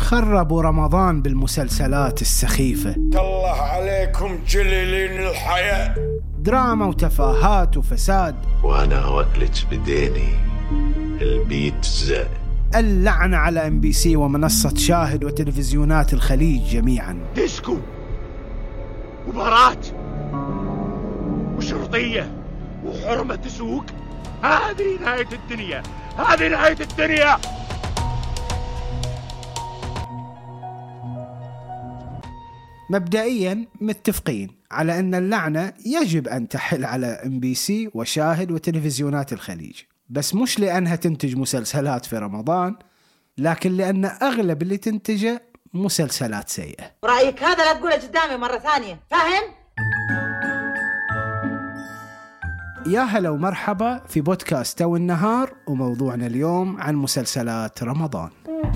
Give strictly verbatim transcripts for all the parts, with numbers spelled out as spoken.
خربوا رمضان بالمسلسلات السخيفة. الله عليكم جليلين الحياة، دراما وتفاهات وفساد. وأنا أوكلت بديني البيتزا. اللعنة على ام بي سي ومنصة شاهد وتلفزيونات الخليج جميعا. ديسكو وبارات وشرطية وحرمة سوق. هذه نهاية الدنيا، هذه نهاية الدنيا. مبدئيا متفقين على أن اللعنة يجب أن تحل على ام بي سي وشاهد وتلفزيونات الخليج، بس مش لأنها تنتج مسلسلات في رمضان، لكن لأن أغلب اللي تنتجه مسلسلات سيئة. رأيك هذا لا تقوله قدامي مرة ثانية، فاهم؟ يا هلا ومرحبا في بودكاست تو النهار، وموضوعنا اليوم عن مسلسلات رمضان.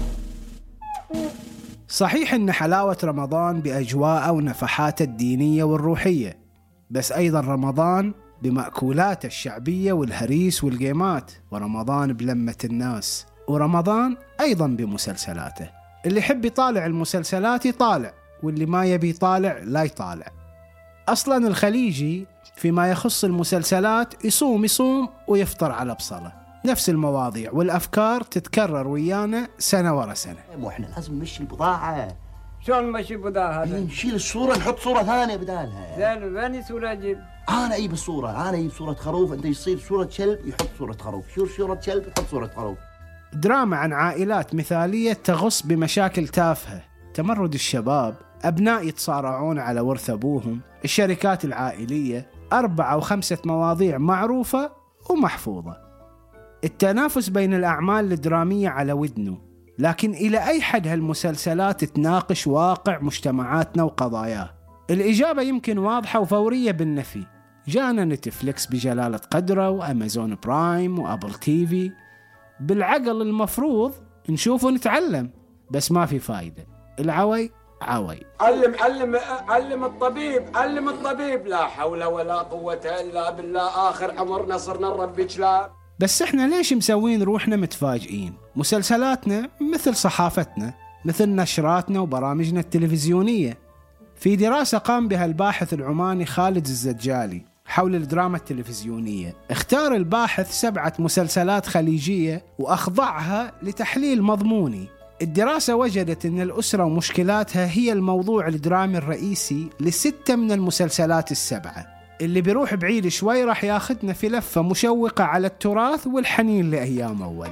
صحيح إن حلاوة رمضان بأجواءه ونفحاته الدينية والروحية، بس أيضا رمضان بمأكولاته الشعبية والهريس والجيمات، ورمضان بلمة الناس، ورمضان أيضا بمسلسلاته. اللي يحب يطالع المسلسلات يطالع، واللي ما يبي يطالع لا يطالع. أصلا الخليجي فيما يخص المسلسلات يصوم يصوم ويفطر على بصلة، نفس المواضيع والأفكار تتكرر ويانا سنة ورا سنة. وإحنا لازم نمشي البضاعة. شلون نمشي البضاعة هذا؟ نشيل الصورة نحط صورة ثانية بدالها. زين، وين صورة أجيب؟ أنا أجيب الصورة، أنا أجيب صورة خروف، أنت يصير صورة شلب يحط صورة خروف، شو صورة شلب يحط صورة خروف. دراما عن عائلات مثالية تغص بمشاكل تافهة، تمرد الشباب، أبناء يتصارعون على ورث أبوهم، الشركات العائلية، أربعة وخمسة مواضيع معروفة ومحفوظة. التنافس بين الأعمال الدرامية على ودنه، لكن إلى أي حد هالمسلسلات تناقش واقع مجتمعاتنا وقضاياه؟ الإجابة يمكن واضحة وفورية بالنفي. جانا نتفليكس بجلالة قدره، وأمازون برايم، وأبل تيفي. بالعقل المفروض نشوف ونتعلم، بس ما في فايدة. العوي عوي. علم علم علم الطبيب علم الطبيب. لا حول ولا قوة إلا بالله. آخر عمرنا صرنا نربي كلاب. بس احنا ليش مسوين روحنا متفاجئين؟ مسلسلاتنا مثل صحافتنا، مثل نشراتنا وبرامجنا التلفزيونية. في دراسة قام بها الباحث العماني خالد الزجالي حول الدراما التلفزيونية، اختار الباحث سبعة مسلسلات خليجية وأخضعها لتحليل مضموني. الدراسة وجدت أن الأسرة ومشكلاتها هي الموضوع الدرامي الرئيسي لستة من المسلسلات السبعة. اللي بيروح بعيد شوي راح ياخدنا في لفة مشوقة على التراث والحنين لأيام أول.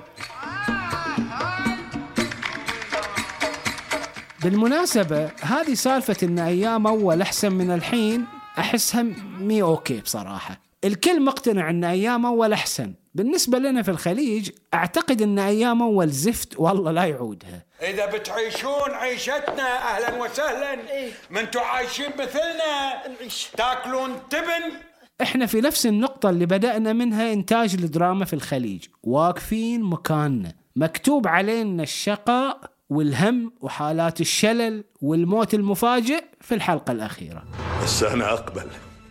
بالمناسبة هذه سالفة أن أيام أول أحسن من الحين أحسها مي أوكي بصراحة. الكل مقتنع أن أيام أول أحسن. بالنسبة لنا في الخليج أعتقد أن أيام أول زفت والله لا يعودها. إذا بتعيشون عيشتنا أهلا وسهلا. ما انتوا عايشين مثلنا تاكلون تبن. إحنا في نفس النقطة اللي بدأنا منها إنتاج الدراما في الخليج، واقفين مكاننا، مكتوب علينا الشقاء والهم وحالات الشلل والموت المفاجئ في الحلقة الأخيرة. بس أنا أقبل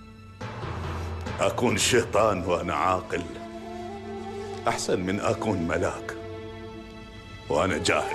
أكون شيطان وأنا عاقل أحسن من أكون ملاك وأنا جاهل.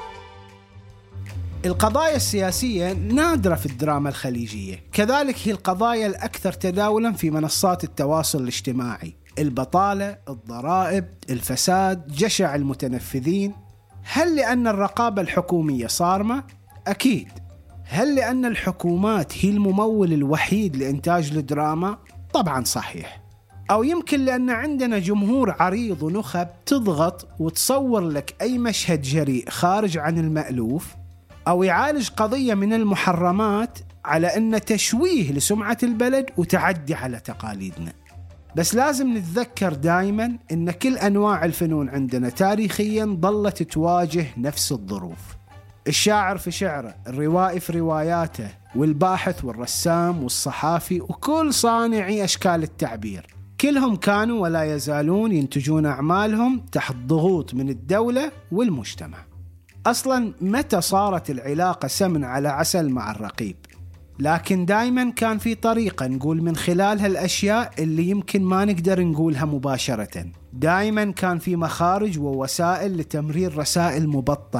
القضايا السياسية نادرة في الدراما الخليجية، كذلك هي القضايا الأكثر تداولا في منصات التواصل الاجتماعي. البطالة، الضرائب، الفساد، جشع المتنفذين. هل لأن الرقابة الحكومية صارمة؟ أكيد. هل لأن الحكومات هي الممول الوحيد لإنتاج الدراما؟ طبعا صحيح. أو يمكن لأن عندنا جمهور عريض ونخب تضغط وتصور لك أي مشهد جريء خارج عن المألوف، أو يعالج قضية من المحرمات على أن تشويه لسمعة البلد وتعدي على تقاليدنا. بس لازم نتذكر دائما أن كل أنواع الفنون عندنا تاريخيا ظلت تواجه نفس الظروف. الشاعر في شعره، الروائي في رواياته، والباحث والرسام والصحافي وكل صانعي أشكال التعبير، كلهم كانوا ولا يزالون ينتجون أعمالهم تحت ضغوط من الدولة والمجتمع. أصلا متى صارت العلاقة سمن على عسل مع الرقيب؟ لكن دايما كان في طريقة نقول من خلالها الأشياء اللي يمكن ما نقدر نقولها مباشرة. دايما كان في مخارج ووسائل لتمرير رسائل مبطنة.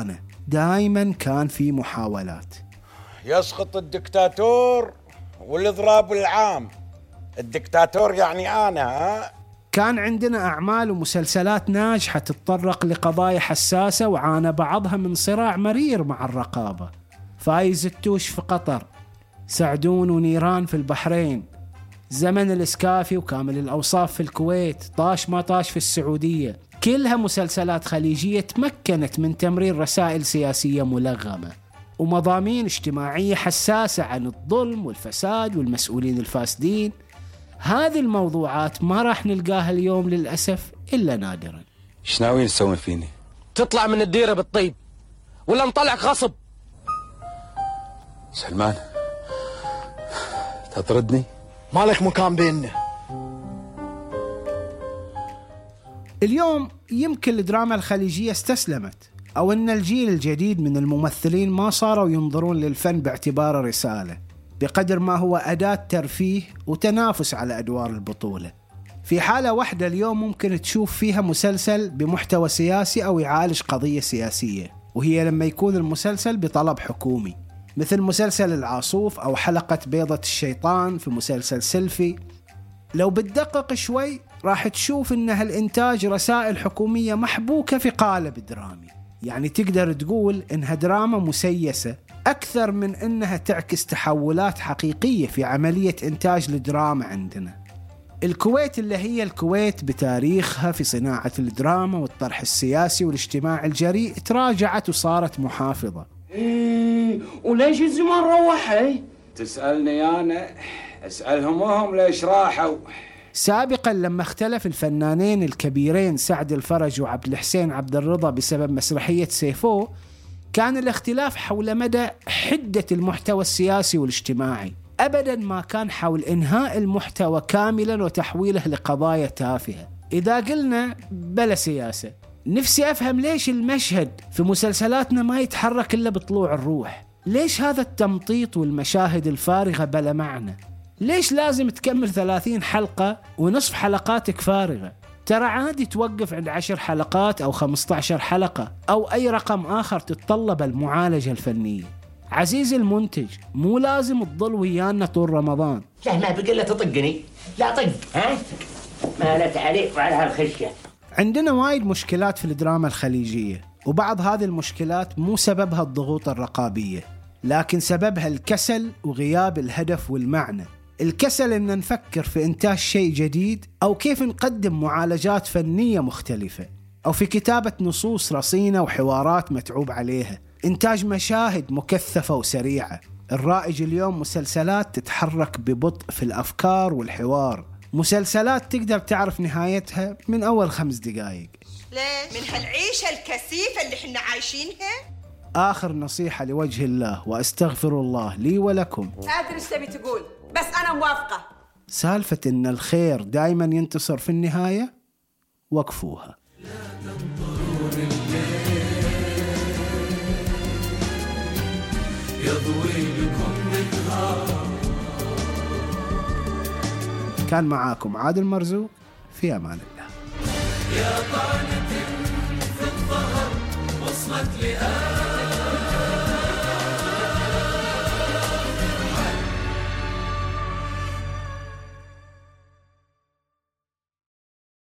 دائما كان في محاولات. يسقط الدكتاتور والإضراب العام. الدكتاتور يعني أنا. ها؟ كان عندنا أعمال ومسلسلات ناجحة تتطرق لقضايا حساسة وعانى بعضها من صراع مرير مع الرقابة. فايز التوش في قطر، سعدون ونيران في البحرين، زمن الإسكافي وكامل الأوصاف في الكويت، طاش ما طاش في السعودية، كلها مسلسلات خليجية تمكنت من تمرير رسائل سياسية ملغمة ومضامين اجتماعية حساسة عن الظلم والفساد والمسؤولين الفاسدين. هذه الموضوعات ما راح نلقاها اليوم للأسف إلا نادرا. ايش ناويين تسوي فيني؟ تطلع من الديرة بالطيب ولا نطلعك غصب؟ سلمان تطردني؟ مالك مكان بيننا. اليوم يمكن الدراما الخليجية استسلمت، أو أن الجيل الجديد من الممثلين ما صاروا ينظرون للفن باعتباره رسالة بقدر ما هو أداة ترفيه وتنافس على أدوار البطولة. في حالة واحدة اليوم ممكن تشوف فيها مسلسل بمحتوى سياسي أو يعالج قضية سياسية، وهي لما يكون المسلسل بطلب حكومي، مثل مسلسل العاصوف أو حلقة بيضة الشيطان في مسلسل سيلفي. لو بتدقق شوي راح تشوف إن هالإنتاج رسائل حكومية محبوكة في قالب درامي، يعني تقدر تقول إنها دراما مسيسة أكثر من إنها تعكس تحولات حقيقية في عملية إنتاج الدراما عندنا. الكويت اللي هي الكويت بتاريخها في صناعة الدراما والطرح السياسي والاجتماعي الجريء تراجعت وصارت محافظة. إيه وليش الزمان روحي؟ تسألني أنا، أسألهم وهم ليش راحوا. سابقا لما اختلف الفنانين الكبيرين سعد الفرج وعبد الحسين عبد الرضا بسبب مسرحية سيفو، كان الاختلاف حول مدى حدة المحتوى السياسي والاجتماعي، أبدا ما كان حول إنهاء المحتوى كاملا وتحويله لقضايا تافهة. إذا قلنا بلا سياسة، نفسي أفهم ليش المشهد في مسلسلاتنا ما يتحرك إلا بطلوع الروح؟ ليش هذا التمطيط والمشاهد الفارغة بلا معنى؟ ليش لازم تكمل ثلاثين حلقة ونصف حلقاتك فارغة؟ ترى عادي توقف عند عشر حلقات أو خمسة عشر حلقة أو أي رقم آخر تتطلب المعالجة الفنية. عزيزي المنتج، مو لازم تضل ويانا طول رمضان. لا ما بقى لا تطقني، لا طق، ها؟ مالت عليك وعلى هالخشية. عندنا وايد مشكلات في الدراما الخليجية، وبعض هذه المشكلات مو سببها الضغوط الرقابية، لكن سببها الكسل وغياب الهدف والمعنى. الكسل إن نفكر في إنتاج شيء جديد، أو كيف نقدم معالجات فنية مختلفة، أو في كتابة نصوص رصينة وحوارات متعوب عليها، إنتاج مشاهد مكثفة وسريعة. الرائج اليوم مسلسلات تتحرك ببطء في الأفكار والحوار، مسلسلات تقدر تعرف نهايتها من أول خمس دقائق. ليش؟ من هالعيشة الكثيفة اللي احنا عايشينها؟ آخر نصيحة لوجه الله وأستغفر الله لي ولكم. أدري ايش تبي تقول، بس أنا موافقة. سالفة إن الخير دايما ينتصر في النهاية، وقفوها. كان معاكم عادل مرزوق، في أمان الله. يا طعنة في الظهر وصلت لآخر